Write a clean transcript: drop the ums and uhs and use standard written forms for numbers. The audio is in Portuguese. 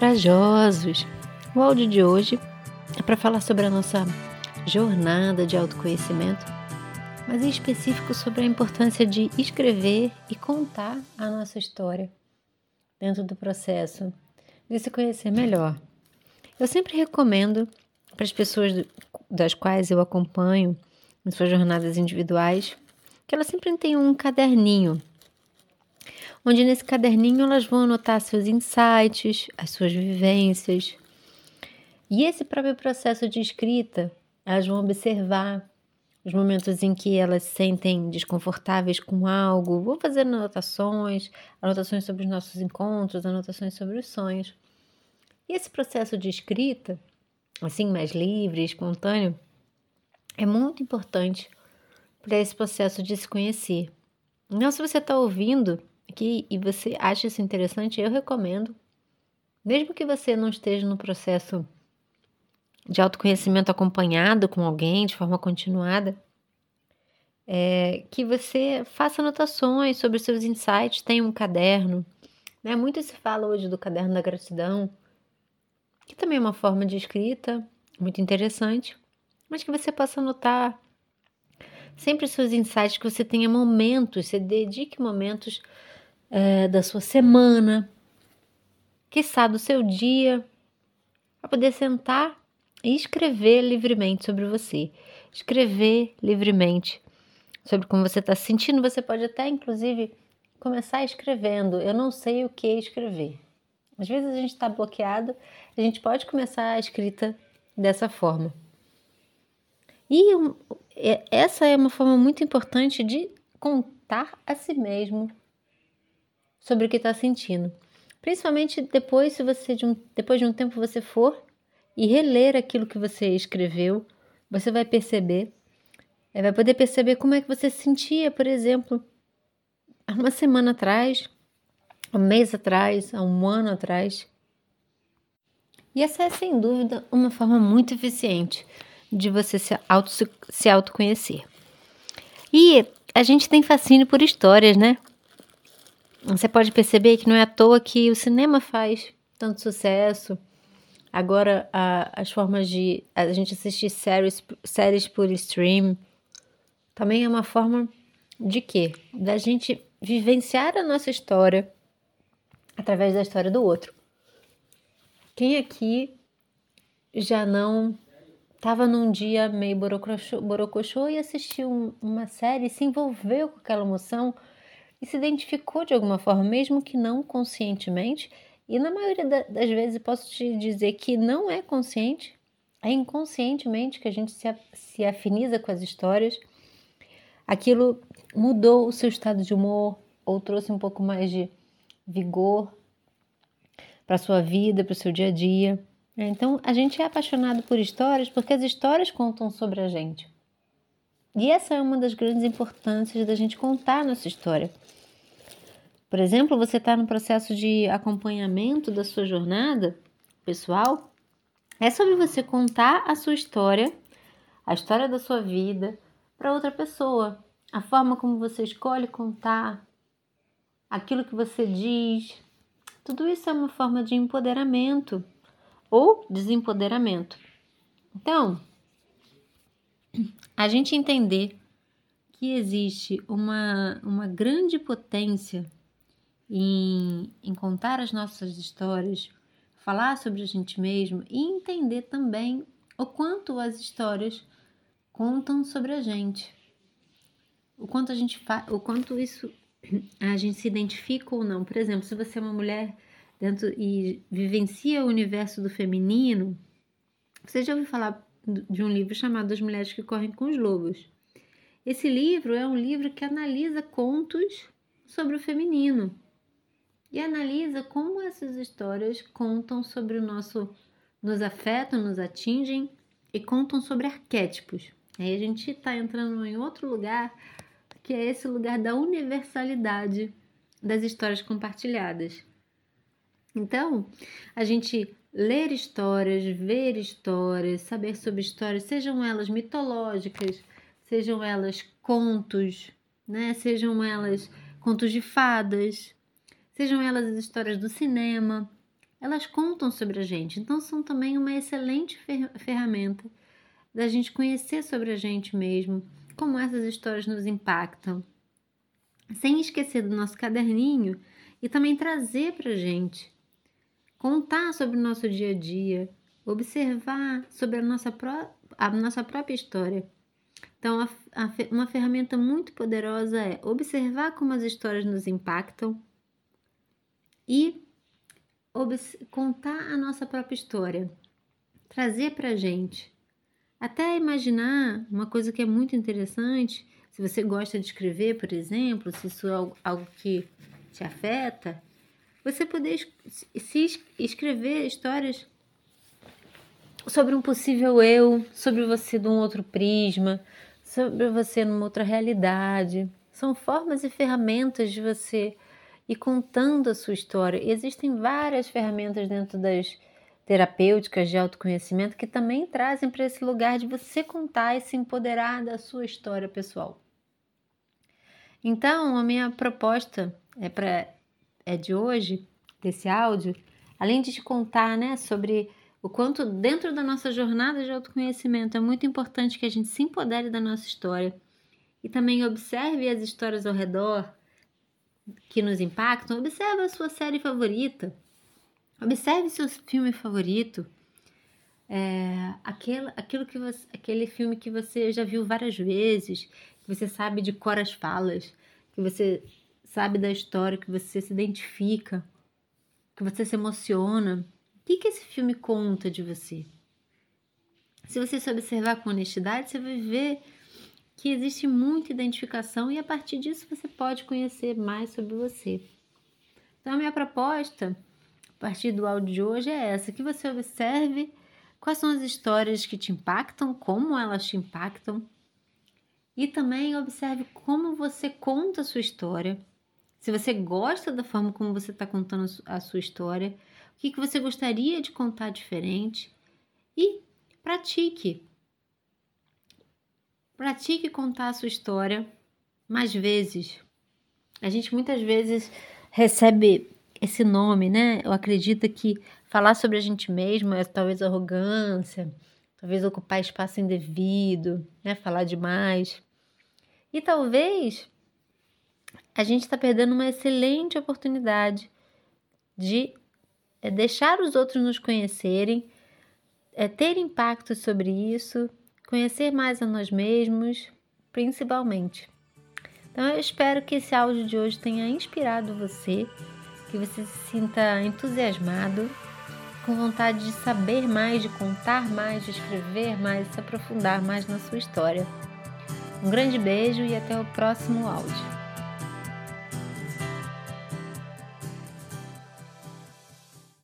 corajosos! O áudio de hoje é para falar sobre a nossa jornada de autoconhecimento, mas em específico sobre a importância de escrever e contar a nossa história dentro do processo de se conhecer melhor. Eu sempre recomendo para as pessoas das quais eu acompanho em suas jornadas individuais que elas sempre tenham um caderninho, onde nesse caderninho elas vão anotar seus insights, as suas vivências. E esse próprio processo de escrita, elas vão observar os momentos em que elas se sentem desconfortáveis com algo, vão fazer anotações sobre os nossos encontros, anotações sobre os sonhos. E esse processo de escrita, assim mais livre, espontâneo, é muito importante para esse processo de se conhecer. Então, se você está ouvindo aqui e você acha isso interessante, eu recomendo, mesmo que você não esteja no processo de autoconhecimento acompanhado com alguém de forma continuada, que você faça anotações sobre os seus insights, tenha um caderno. Né? Muito se fala hoje do caderno da gratidão, que também é uma forma de escrita muito interessante, mas que você possa anotar sempre os seus insights, que você tenha momentos, você dedique momentos da sua semana, quiçá do seu dia, para poder sentar e escrever livremente sobre você. Escrever livremente sobre como você está se sentindo. Você pode até, inclusive, começar escrevendo. Eu não sei o que escrever. Às vezes a gente está bloqueado, a gente pode começar a escrita dessa forma. E essa é uma forma muito importante de contar a si mesmo sobre o que está sentindo. Principalmente depois, depois de um tempo você for e reler aquilo que você escreveu, você vai perceber, vai poder perceber como é que você se sentia, por exemplo, há uma semana atrás, há um mês atrás, há um ano atrás. E essa é, sem dúvida, uma forma muito eficiente de você se autoconhecer. E a gente tem fascínio por histórias, né? Você pode perceber que não é à toa que o cinema faz tanto sucesso. Agora, as formas de a gente assistir séries por stream também é uma forma de quê? Da gente vivenciar a nossa história através da história do outro. Quem aqui já não estava num dia meio borocochô e assistiu uma série, se envolveu com aquela emoção e se identificou de alguma forma, mesmo que não conscientemente? E na maioria das vezes posso te dizer que não é consciente, é inconscientemente que a gente se afiniza com as histórias. Aquilo mudou o seu estado de humor ou trouxe um pouco mais de vigor para a sua vida, para o seu dia a dia. Então, a gente é apaixonado por histórias porque as histórias contam sobre a gente. E essa é uma das grandes importâncias da gente contar a nossa história. Por exemplo, você está no processo de acompanhamento da sua jornada pessoal, é sobre você contar a sua história, a história da sua vida, para outra pessoa. A forma como você escolhe contar, aquilo que você diz, tudo isso é uma forma de empoderamento ou desempoderamento. Então, a gente entender que existe uma grande potência em contar as nossas histórias, falar sobre a gente mesmo e entender também o quanto as histórias contam sobre a gente, o quanto isso a gente se identifica ou não. Por exemplo, se você é uma mulher dentro e vivencia o universo do feminino, você já ouviu falar de um livro chamado As Mulheres que Correm com os Lobos. Esse livro é um livro que analisa contos sobre o feminino e analisa como essas histórias contam sobre nos afetam, nos atingem e contam sobre arquétipos. Aí a gente está entrando em outro lugar, que é esse lugar da universalidade das histórias compartilhadas. Então, a gente ler histórias, ver histórias, saber sobre histórias, sejam elas mitológicas, sejam elas contos, né? Sejam elas contos de fadas, sejam elas as histórias do cinema, elas contam sobre a gente. Então, são também uma excelente ferramenta da gente conhecer sobre a gente mesmo, como essas histórias nos impactam. Sem esquecer do nosso caderninho e também trazer para a gente, contar sobre o nosso dia a dia, observar sobre a nossa própria história. Então, uma ferramenta muito poderosa é observar como as histórias nos impactam e contar a nossa própria história, trazer para a gente. Até imaginar uma coisa que é muito interessante, se você gosta de escrever, por exemplo, se isso é algo que te afeta, você poder escrever histórias sobre um possível eu, sobre você de um outro prisma, sobre você numa outra realidade. São formas e ferramentas de você ir contando a sua história. E existem várias ferramentas dentro das terapêuticas de autoconhecimento que também trazem para esse lugar de você contar e se empoderar da sua história pessoal. Então, a minha proposta de hoje, desse áudio, além de te contar, né, sobre o quanto dentro da nossa jornada de autoconhecimento é muito importante que a gente se empodere da nossa história e também observe as histórias ao redor que nos impactam. Observe a sua série favorita, observe seu filme favorito, aquele filme que você já viu várias vezes, que você sabe de cor as falas, que você sabe da história, que você se identifica, que você se emociona. O que esse filme conta de você? Se você se observar com honestidade, você vai ver que existe muita identificação e a partir disso você pode conhecer mais sobre você. Então, a minha proposta, a partir do áudio de hoje, é essa, que você observe quais são as histórias que te impactam, como elas te impactam, e também observe como você conta a sua história, se você gosta da forma como você está contando a sua história, o que você gostaria de contar diferente, e pratique. Pratique contar a sua história mais vezes. A gente muitas vezes recebe esse nome, né? Eu acredito que falar sobre a gente mesmo é talvez arrogância, talvez ocupar espaço indevido, né? Falar demais. E talvez a gente está perdendo uma excelente oportunidade de deixar os outros nos conhecerem, ter impacto sobre isso, conhecer mais a nós mesmos, principalmente. Então eu espero que esse áudio de hoje tenha inspirado você, que você se sinta entusiasmado, com vontade de saber mais, de contar mais, de escrever mais, de se aprofundar mais na sua história. Um grande beijo e até o próximo áudio.